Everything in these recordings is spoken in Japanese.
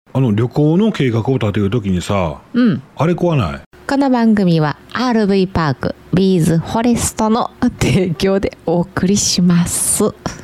旅行の計画を立てるときにさ、あれ怖ない？ この番組は RV パークビーズフォレストの提供でお送りします。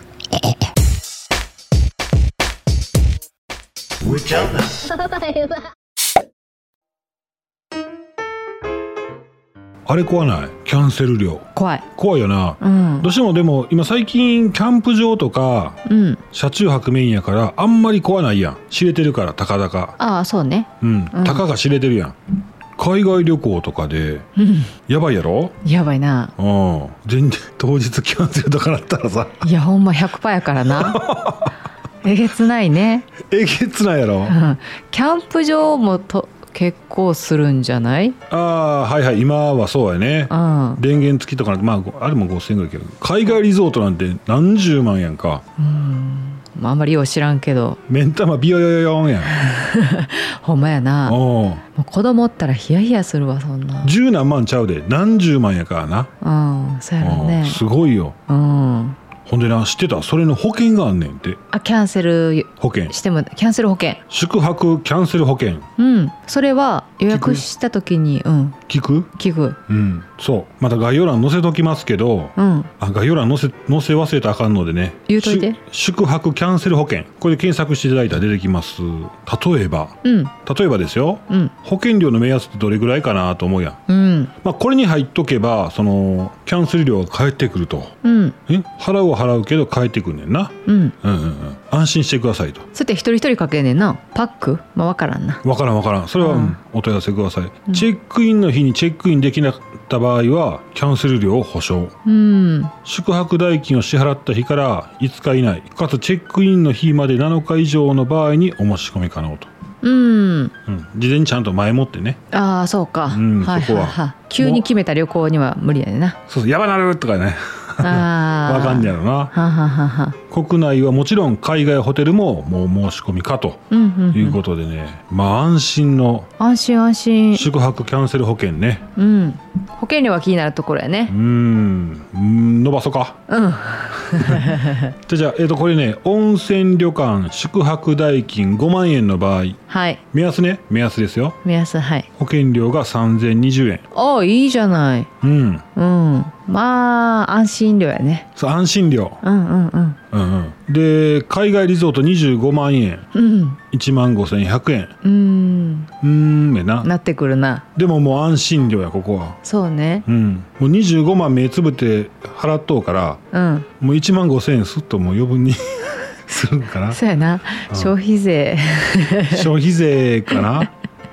あれ怖ない？キャンセル料怖いよな、どうしても。でも今最近キャンプ場とか、車中泊メインやからあんまり怖ないやん。知れてるから、たかだか。 ああそうね、 たかが知れてるやん。海外旅行とかで、やばいやろ？ やばいな。 全然当日キャンセルとかなったらさ、 いやほんま 100% やからな。えげつないね。 えげつないやろ。 キャンプ場も結構するんじゃない？ はいはい、今はそうやね。電源付きとかなんて、あれも5000円ぐらいけど、海外リゾートなんて何十万やんか。 あんまりよう知らんけど、 目ん玉ビヨヨヨンやん。 ほんまやな。もう子供おったらヒヤヒヤするわ。そんな十何万ちゃうで、何十万やからな。 そうやろね。 すごいよ。ほんでな、知ってた？それの保険があんねんて。 キャンセル保険しても、キャンセル保険、 宿泊キャンセル保険。 それは予約した時に聞く。そう、また概要欄載せときますけど、概要欄載せ忘れたらあかんのでね、 言うといて。宿泊キャンセル保険、これで検索していただいたら出てきます。例えばですよ、保険料の目安ってどれぐらいかなと思うやん。これに入っとけば、そのキャンセル料が返ってくると。払うは払うけど返ってくんねんな。安心してくださいと。 それって一人一人かけんねんな。パック分からんな。 分からん。それは、お問い合わせください。チェックインの日にチェックインできなかった場合はキャンセル料を保証。宿泊代金を支払った日から5日以内かつチェックインの日まで7日以上の場合にお申し込み可能と。事前にちゃんと前もってね。 そうか。 そこは急に決めた旅行には無理やねんな。 そう、やばなるとかね。わかんねやろな。国内はもちろん海外ホテルももう申し込みかということでね、安心宿泊キャンセル保険ね。 保険料は気になるところやね。 伸ばそうか。じゃあ、これね、温泉旅館宿泊代金5万円の場合、目安ですよ。保険料が3020円。 いいじゃない。安心料やね。 そう、安心料。で、海外リゾート25万円、15,100円。 なってくるな。 でももう安心料や、ここは。 そうね。 もう25万目つぶって払っとうから、もう15,000円すっともう余分にするんかな。 そうやな。消費税かな。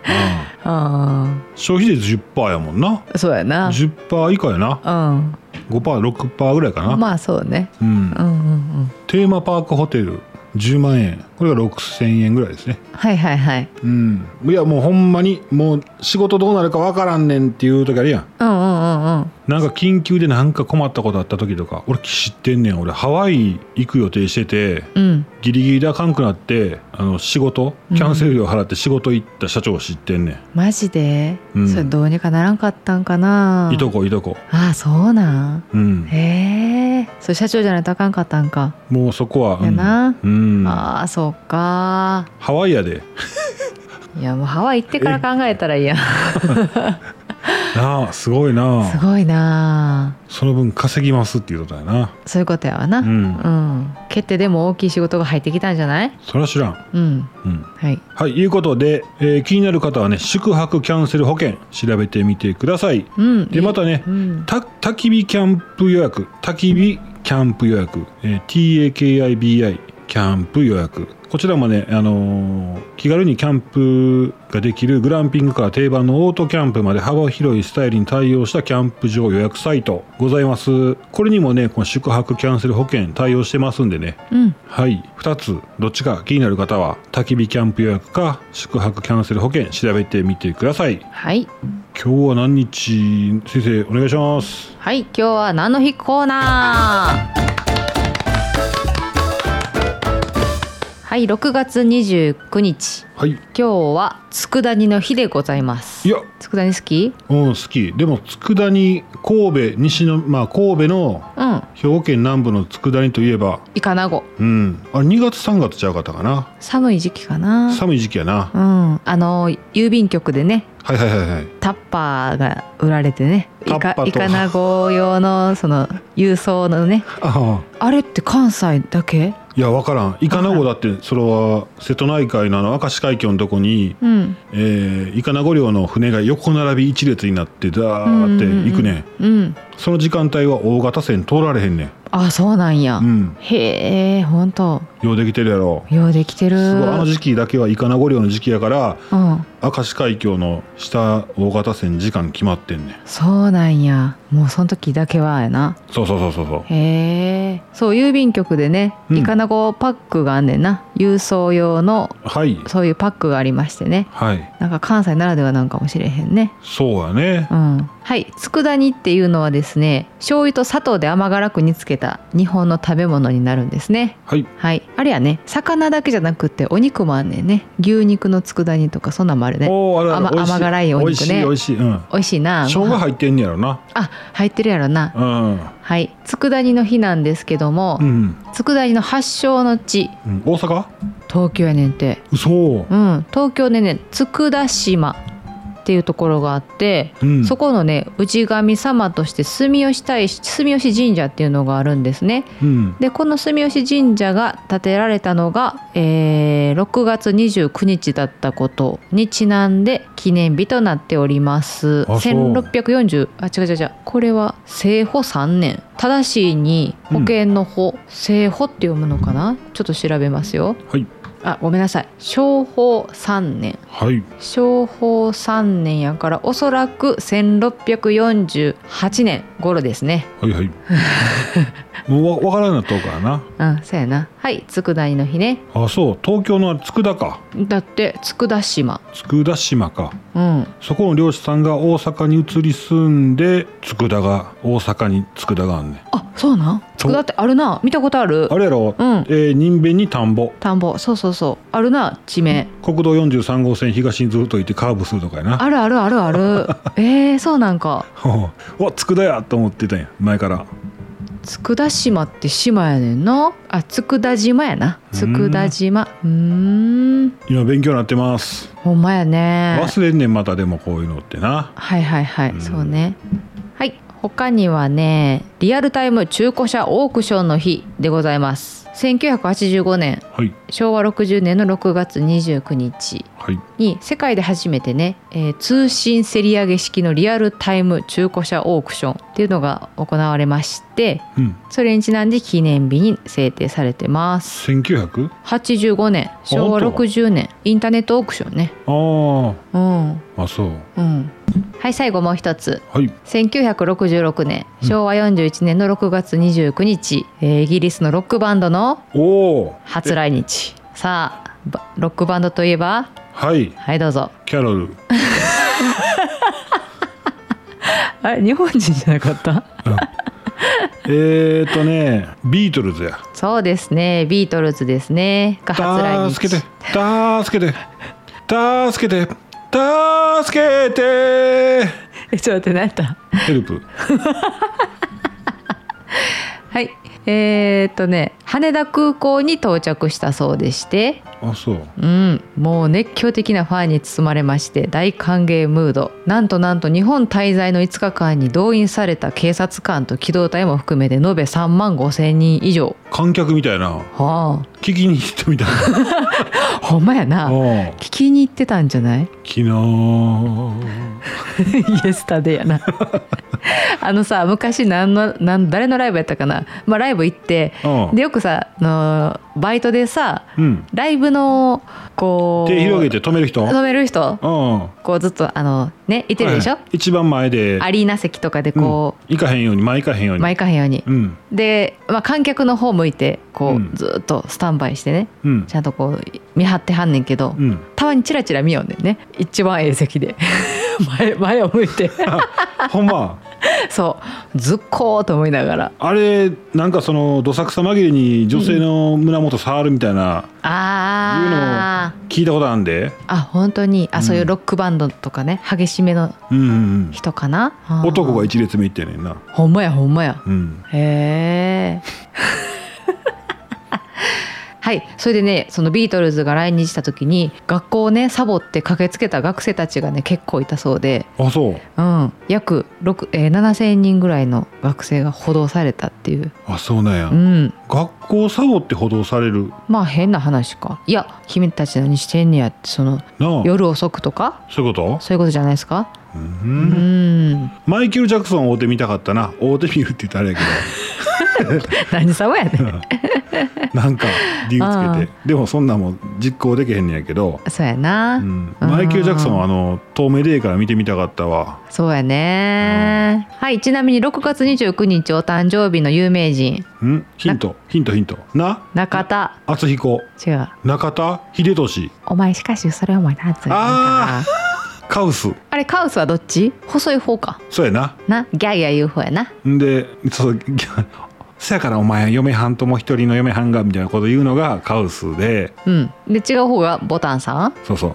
消費税 10% やもんな。 そうやな。 10% 以下やな。5%、6% ぐらいかな。 そうね。 テーマパークホテル10万円、これが6,000円ぐらいですね。いやもうほんまにもう仕事どうなるかわからんねんっていう時あるやん。なんか緊急でなんか困ったことあった時とか、俺知ってんねん。俺ハワイ行く予定してて、ギリギリであかんくなって仕事キャンセル料払って仕事行った社長知ってんねん。 マジで？それどうにかならんかったんかな。 いとこ。 そうなん。それ社長じゃないとあかんかったんか。 もうそこはやな。そうか。 ハワイやで。 いやもうハワイ行ってから考えたらいいやん。 なあ、すごいな。その分稼ぎますっていうことやな。 そういうことやわな。決定でも大きい仕事が入ってきたんじゃない？それは知らん。はい、いうことで、気になる方はね、宿泊キャンセル保険調べてみてください。でまたね、焚き火キャンプ予約、TAKIBIキャンプ予約、TAKIBIキャンプ予約、こちらもね、気軽にキャンプができるグランピングカー定番のオートキャンプまで幅広いスタイルに対応したキャンプ場予約サイトございます。これにもね、この宿泊キャンセル保険対応してますんでね、はい、2つどっちか気になる方は焚き火キャンプ予約か宿泊キャンセル保険調べてみてください。 はい。 今日は何日？先生お願いします。 はい、今日は何の日コーナー。 はい、6月29日、 はい、 今日は佃煮の日でございます。 いや、 佃煮好き？ 好き。でも佃煮、神戸西の、神戸の、兵庫県南部の佃煮といえばイカナゴ。 あれ2月3月ちゃうかったかな。 寒い時期かな。 寒い時期やな。 郵便局でね、 タッパーが売られてね、イカナゴ用のその郵送のね、あれって関西だけ？ いや、分からん。イカナゴだって、それは瀬戸内海の明石海峡のとこに、イカナゴ漁の船が横並び一列になってダーって行くね、その時間帯は大型船通られへんねん。 あ、そうなんや。へえ、ほんとようできてるやろ。 ようできてる。 すごい。あの時期だけはイカナゴ漁の時期やから、明石海峡の下大型船時間決まってんねん。 そうなんや。もうその時だけはやな。 そう。 へえ。そう、郵便局でね、イカナゴパックがあんねんな。郵送用の、そういうパックがありましてね。なんか関西ならではなんかもしれへんね。 そうやね。 はい、佃煮っていうのはですね、醤油と砂糖で甘辛く煮つけた日本の食べ物になるんですね。はい、あれやね、魚だけじゃなくてお肉もあんねんね。牛肉の佃煮とかそんなんもあるね。甘辛いお肉ね。おいしいな。 生姜入ってんねやろな。 あ、入ってるやろな。はい、佃煮の日なんですけども、佃煮の発祥の地、 大阪？ 東京やねんて。 嘘。 東京でね、佃島っていうところがあって、そこのね、氏神様として住吉神社っていうのがあるんですね。で、この住吉神社が建てられたのが、6月29日だったことにちなんで記念日となっております。1640、違う、これは政保3年。正しいに保険の保、政保って読むのかな。ちょっと調べますよ。ごめんなさい。正保3年。正保3年やから、おそらく1648年頃ですね。 もう分からなかったからな。そうやな。はい、佃煮の日ね。 あ、そう。東京の佃か。 だって佃島か。そこの漁師さんが大阪に移り住んで、佃が大阪に佃があんねん。 あ、そうなん。佃ってあるな。見たことある。 あれやろ。人弁に田んぼ。そうあるな、地名。 国道43号線東にずっと行ってカーブするとかやな。 あるそうなんか。 わ、佃やと思ってたんや、前から。 佃島って島やねんな。佃島やな。佃島。今勉強になってます。 ほんまやね。 忘れんねん、また。でもこういうのってな。 そうね。はい、他にはね、リアルタイム中古車オークションの日でございます。1985年、昭和60年の6月29日に世界で初めてね、通信競り上げ式のリアルタイム中古車オークションっていうのが行われまして、それにちなんで記念日に制定されてます。1985年、昭和60年、インターネットオークションね。 そう。 はい、最後もう一つ。1966年、昭和41年の6月29日、イギリスのロックバンドの初来日。さあ、ロックバンドといえば、どうぞ。 キャロル。 あれ、日本人じゃなかった？ ビートルズや。 そうですね、ビートルズですね。が初来日。助けてちょっと待って、何やった？ ヘルプ。 はい、羽田空港に到着したそうでして、もう熱狂的なファンに包まれまして、大歓迎ムード。なんと日本滞在の5日間に動員された警察官と機動隊も含めて延べ3万5千人以上。 観客みたいな。聞きに行ったみたいな。 ほんまやな。聞きに行ってたんじゃない？ 昨日イエスタデーやな。さ、昔誰のライブやったかな。ライブ行って、でよくさ、バイトでさ、ライブのこう手広げて止める人こうずっといてるでしょ。 一番前でアリーナ席とかでこう、 前行かへんように、 で、観客の方向いてこう、ずっとスタンバイしてね、ちゃんとこう見張ってはんねんけど、たまにチラチラ見よんねんね。一番ええ席で前を向いて。 ほんま。 そうずっこーと思いながら、 あれなんかそのどさくさ紛れに女性の胸元触るみたいな、いうのを聞いたことあるんで。 本当にそういうロックバンドとかね、激しめの人かな、 男が一列目行ってんねんな。 ほんまやほんまや、へえはい、それでね、そのビートルズが来日した時に学校をねサボって駆けつけた学生たちがね結構いたそうで、 そう、 約7000人ぐらいの学生が補導されたっていう。 そうなんや、学校サボって補導される。 まあ変な話か。いや君たち何してんねやって、その夜遅くとかそういうこと？ そういうことじゃないですか。 マイケル・ジャクソン会うてみたかったな。会うてみるって言ったらあれやけど何様やねんなんか理由つけて、でもそんなもん実行できへんねやけど。 そうやな、 マイケル・ジャクソンは遠目でから見てみたかったわ。 そうやね、はい。ちなみに6月29日お誕生日の有名人、 ヒント中田敦彦。 違う、 中田秀俊。 お前しかしそれお前なんつうのかカウス。 あれカウスはどっち？細い方か。 そうやな。 ギャーギャー言う方やな。 でそやからお前嫁はんとも一人の嫁はんがみたいなこと言うのがカウスで、 で違う方がボタンさん。 そう。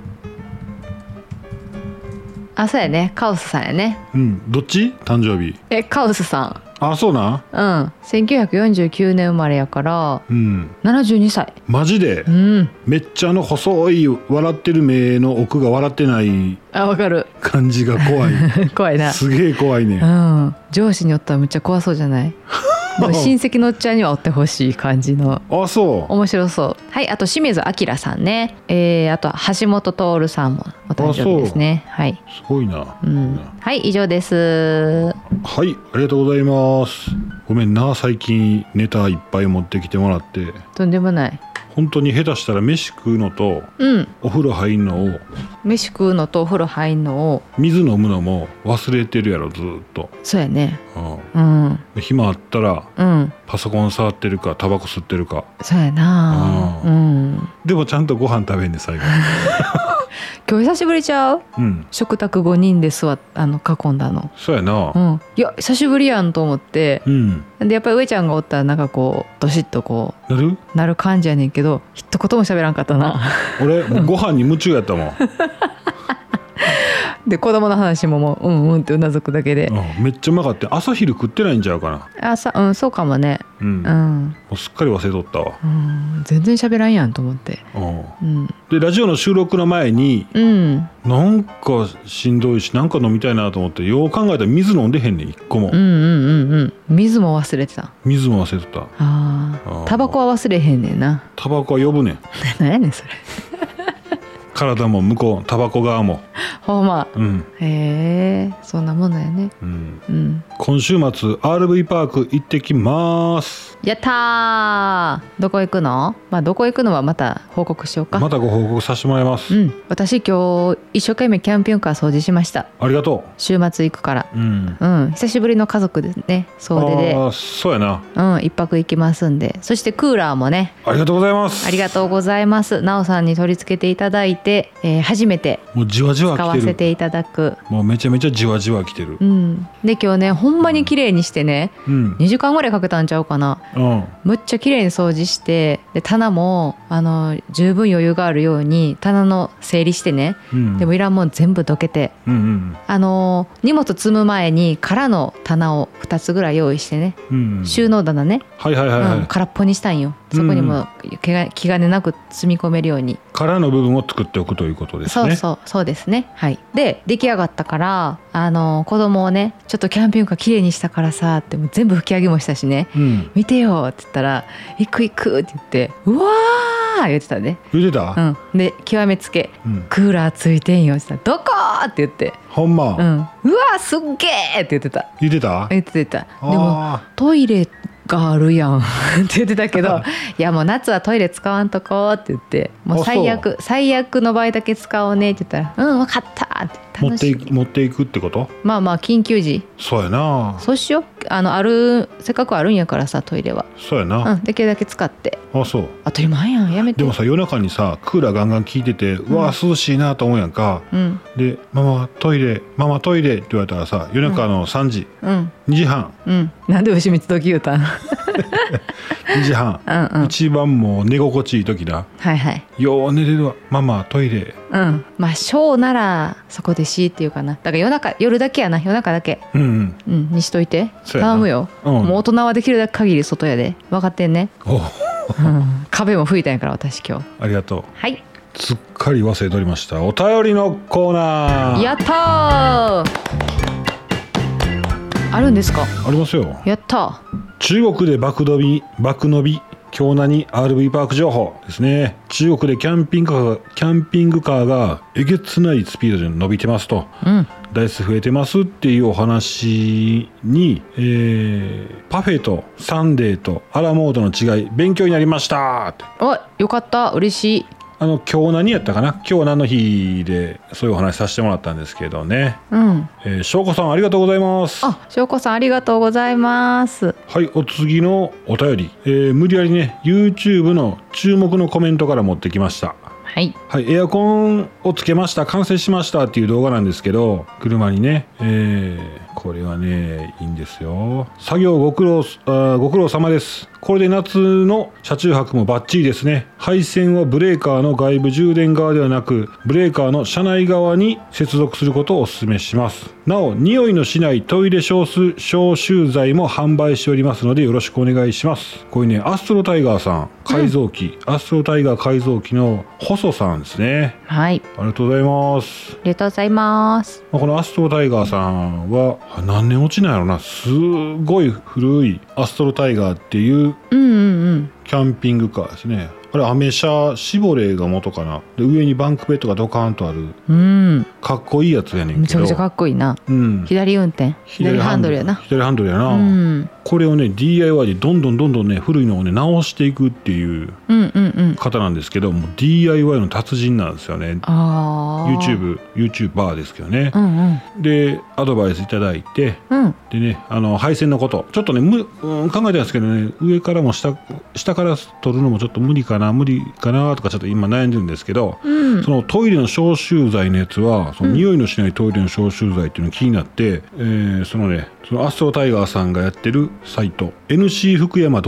そうやね、カウスさんやね。 どっち誕生日？ カウスさん。 そうなん？ 1949年生まれやから、72歳。 マジで？めっちゃ細い笑ってる目の奥が笑ってないわかる感じが怖い怖いな。 すげえ怖いね。 上司によってはめっちゃ怖そうじゃない？でも親戚のおっちゃんにはおってほしい感じの。 そう面白そう。はい。あと清水明さんね、あと橋本徹さんもお誕生日ですね。はい、 すごいな。 はい、以上です。 はい、ありがとうございます。ごめんな、最近ネタいっぱい持ってきてもらって。 とんでもない。 本当に下手したら飯食うのと、お風呂入んのを飯食うのとお風呂入んのを水飲むのも忘れてるやろ、ずっと。 そうやね。 暇あったら、パソコン触ってるかタバコ吸ってるか。 そうやな。 でもちゃんとご飯食べんで最後今日久しぶりちゃう？食卓5人で座っ囲んだの。 そうやな。 いや久しぶりやんと思って、でやっぱり上ちゃんがおったらなんかこうどしっとこうなる感じやねんけど、一言も喋らんかったな俺ご飯に夢中やったもんで子供の話ももううんってうなずくだけで、 めっちゃうまかった。朝昼食ってないんちゃうかな。そうかもね。 もうすっかり忘れとったわ。 全然喋らんやんと思って。 でラジオの収録の前に、なんかしんどいしなんか飲みたいなと思って、よう考えたら水飲んでへんねん、一個も。 水も忘れてた。 水も忘れてた。 タバコは忘れへんねんな。 タバコは呼ぶねん何やねんそれ体も向こうタバコ側も。 ほんま。へえ、そんなものやね。 今週末 RV パーク行ってきます。 やったー。どこ行くの？どこ行くのはまた報告しようか。 またご報告させてもらいます。 私今日一生懸命キャンピングカー掃除しました。 ありがとう。 週末行くから。久しぶりの家族ですね。総出で。 そうやな。 一泊行きますんで。そしてクーラーもね。 ありがとうございます。 ありがとうございます。なおさんに取り付けていただいて、初めてもうじわじわ使わせていただく。 もうめちゃめちゃじわじわ来てる。 で今日ねほんまに綺麗にしてね、2時間ぐらいかけたんちゃうかな。むっちゃ綺麗に掃除して、で棚も十分余裕があるように棚の整理してね、でもいらんもん全部どけて、荷物積む前に空の棚を2つぐらい用意してね、収納棚ね、空っぽにしたんよ。そこにも気兼ねなく積み込めるように空の部分を作っておくということですね。 そうですね。はい。で出来上がったから子供をね、ちょっとキャンピングカー綺麗にしたからさってもう全部拭き上げもしたしね、見てよって言ったら行く行くって言ってうわー言ってたね。 言ってた？ で極めつけ、クーラーついてんよって言ったらどこって言って、 ほんま、 うわすっげーって言ってた。 言ってた。 でもトイレがあるやんって言ってたけどいやもう夏はトイレ使わんとこって言って、もう最悪の場合だけ使おうねって言ったら分かったって。 持っていくってこと？ まあ緊急時そうやな。 そうしよう。 せっかくあるんやからさトイレは。 そうやな、 できるだけ使って。 あ、そう。 当たり前やん、やめて。 でもさ、夜中にさクーラーガンガン効いてて、うわ涼しいなと思うやんか、でママトイレって言われたらさ、夜中の3時、2時半、 なんで牛蜜時言うたん 2時半、一番もう寝心地いい時だ。 はいはい。 よう寝れるわ、ママトイレ。 まあショーならそこでしっていうかな。だから夜だけやな、夜中だけにしといて頼むよ。もう大人はできるだけ限り外やで、分かってんね。壁も吹いたんやから私今日。 ありがとう。 はい、 すっかり忘れておりました。お便りのコーナー。 やったー。あるんですか？ ありますよ。 やった。 中国で爆伸び京奈に RV パーク情報ですね。中国でキャンピングカーがえげつないスピードで伸びてますと、台数増えてますっていうお話に、パフェとサンデーとアラモードの違い勉強になりましたって。 よかった、嬉しい。 京奈にやったかな、今日何の日でそういうお話させてもらったんですけどね。翔子さんありがとうございます。 翔子さんありがとうございます。 はい、お次のお便り、無理やりね YouTube の注目のコメントから持ってきました。はい、エアコンをつけました、完成しましたっていう動画なんですけど、車にね、これはねいいんですよ。作業ご苦労様です。これで夏の車中泊もバッチリですね。配線はブレーカーの外部充電側ではなく、ブレーカーの車内側に接続することをお勧めします。なお、匂いのしないトイレ消臭剤も販売しておりますのでよろしくお願いします。これね、アストロタイガーさん改造機、アストロタイガー改造機の細さんですね。 はい、 ありがとうございます。 ありがとうございます。 このアストロタイガーさんは何年落ちなんやろな、すごい古いアストロタイガーっていうキャンピングカーですね。あれアメ車シボレーが元かな。で上にバンクベッドがドカーンとある、かっこいいやつやねんけど、 めちゃくちゃかっこいいな。左運転、左ハンドルやな。 左ハンドルやな。これをね DIY でどんどんね古いのをね直していくっていう方なんですけど、もう DIY の達人なんですよね。YouTuber ですけどね。でアドバイスいただいて、でね配線のことちょっとね考えたんですけどね、上からも下から取るのもちょっと無理かなとかちょっと今悩んでるんですけど、そのトイレの消臭剤のやつはその匂いのしないトイレの消臭剤っていうのが気になって、そのアストロタイガーさんがやってるサイト NC 福山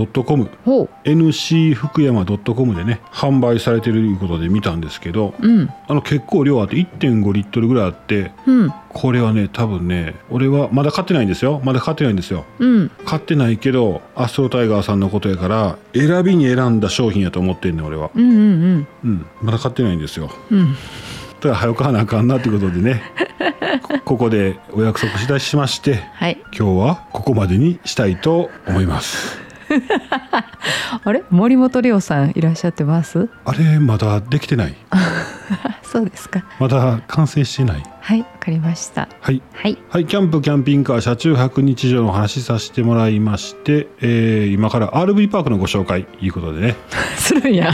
.com、NC 福山 .com でね販売されてるということで見たんですけど、結構量あって 1.5 リットルぐらいあって、これはね多分ね、俺はまだ買ってないんですよ。買ってないけどアストロタイガーさんのことやから選びに選んだ商品やと思ってんねん俺は。まだ買ってないんですよ。だから早く買わなあかんなということでねここでお約束しまして、今日はここまでにしたいと思いますあれ、森本レオさんいらっしゃってます？ あれまだできてないそうですか。 まだ完成してない。 はい、わかりました。 はい、キャンピングカー車中泊日常のお話させてもらいまして、今から RV パークのご紹介いうことでねするんや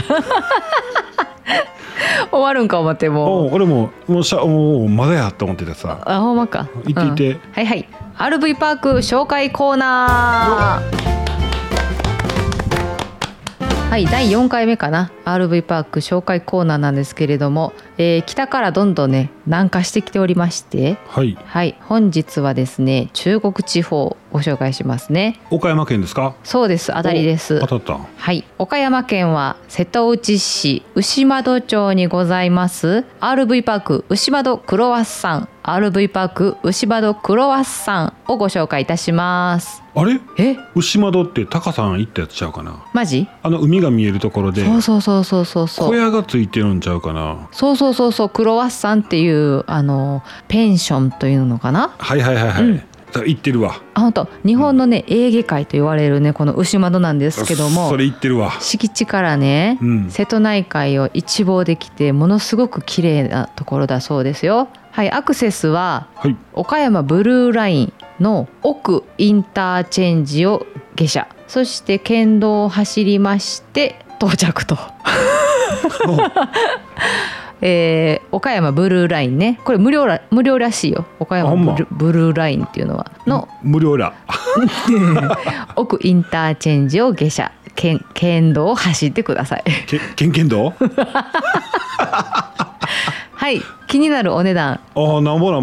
終わるんか思って。 俺もうまだやと思っててさ。 ほんまか。 行っていて、 RV パーク紹介コーナー。第4回目かな、 RV パーク紹介コーナーなんですけれども、北からどんどんね南下してきておりまして、本日はですね中国地方をご紹介しますね。 岡山県ですか？ そうです、当たりです。 当たった。 岡山県は瀬戸内市牛窓町にございます RV パーク牛窓クロワッサン、 RV パーク牛窓クロワッサンをご紹介いたします。 あれ、牛窓ってタカさん行ったやつちゃうかな？ マジ？ 海が見えるところでそう小屋がついてるんちゃうかな？ そうクロワッサンっていうペンションというのかな。 行ってるわ。 本当、日本のね、エーゲ海と言われるねこの牛窓なんですけども、 それ行ってるわ。 敷地からね、瀬戸内海を一望できてものすごく綺麗なところだそうですよ。アクセスは、岡山ブルーラインの奥インターチェンジを下車、そして県道を走りまして到着と岡山ブルーラインね、これ無料らしいよ。岡山ブルーラインっていうのはの無料だ奥インターチェンジを下車県道を走ってください。 県道はい、気になるお値段。 なんぼ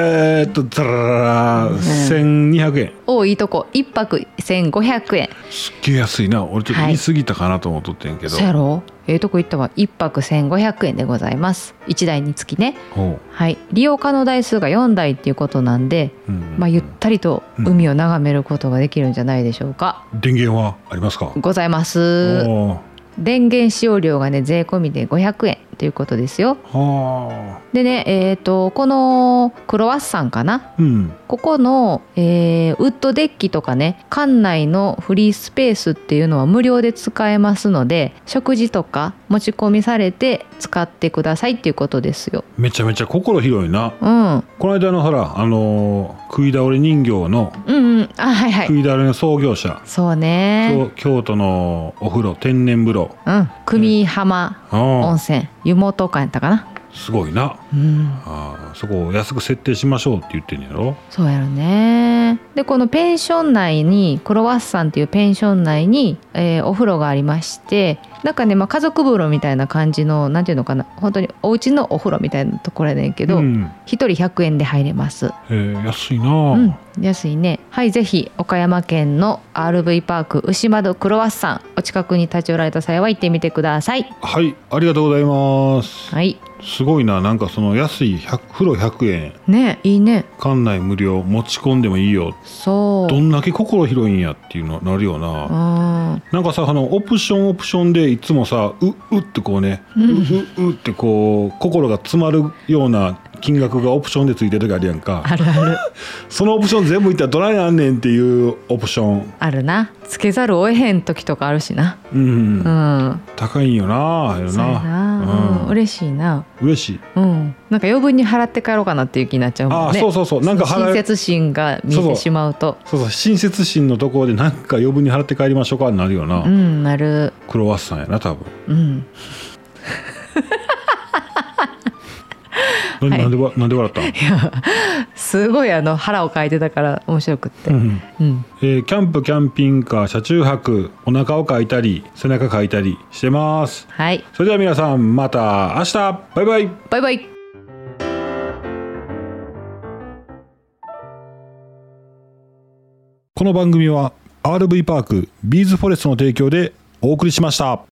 1200円。 いいとこ、1泊1500円。 すっげえ安いな。俺ちょっと言い過ぎたかなと思っとってんけど。 そうやろ。とこ行ったわ。1泊1500円でございます。1台につきね。はい、利用可能台数が4台っていうことなんで、ゆったりと海を眺めることができるんじゃないでしょうか。 電源はありますか？ ございます。電源使用料がね税込みで500円ということですよ。でね、このクロワッサンかな、ここの、ウッドデッキとかね、館内のフリースペースっていうのは無料で使えますので、食事とか持ち込みされて使ってくださいっていうことですよ。 めちゃめちゃ心広いな。この間のほら食い倒れ人形の食い倒れの創業者、 そうね、 京都のお風呂、天然風呂、 久美浜温泉湯本館やったかな。 すごいな。そこを安く設定しましょうって言ってんやろ。 そうやろね。でこのペンション内に、クロワッサンっていうペンション内に、お風呂がありまして、なんかね、家族風呂みたいな感じの、なんていうのかな、本当にお家のお風呂みたいなところやねんけど、1人100円で入れます。 安いな。 安いね。はい、ぜひ岡山県の RV パーク牛窓クロワッサン、お近くに立ち寄られた際は行ってみてください。 はい、ありがとうございます。 はい、 すごいな。なんかその安い風呂100円ね、いいね。 館内無料、持ち込んでもいいよ。 そう、 どんだけ心広いんやっていうのなるよな。なんかさ、オプションでいつもさ、うってこうね、うってこう心が詰まるような金額がオプションでついてる時あるやんか。 あるあるそのオプション全部いったらどないなんねんっていうオプションあるな。つけざるを得へん時とかあるしな。 高いんよな。 嬉しいな。 嬉しい。 なんか余分に払って帰ろうかなっていう気になっちゃうもんね。 そうなんか親切心が見えてしまうと。 そう親切心のところでなんか余分に払って帰りましょうかになるよな。 なる。 クロワッサンやな多分。なんで笑ったん？いやすごい腹をかいてたから面白くって、 キャンプ、キャンピングカー、車中泊、お腹をかいたり背中かいたりしてます。 はい、 それでは皆さんまた明日。バイバイ。 バイバイ。 この番組は RV パークビーズフォレストの提供でお送りしました。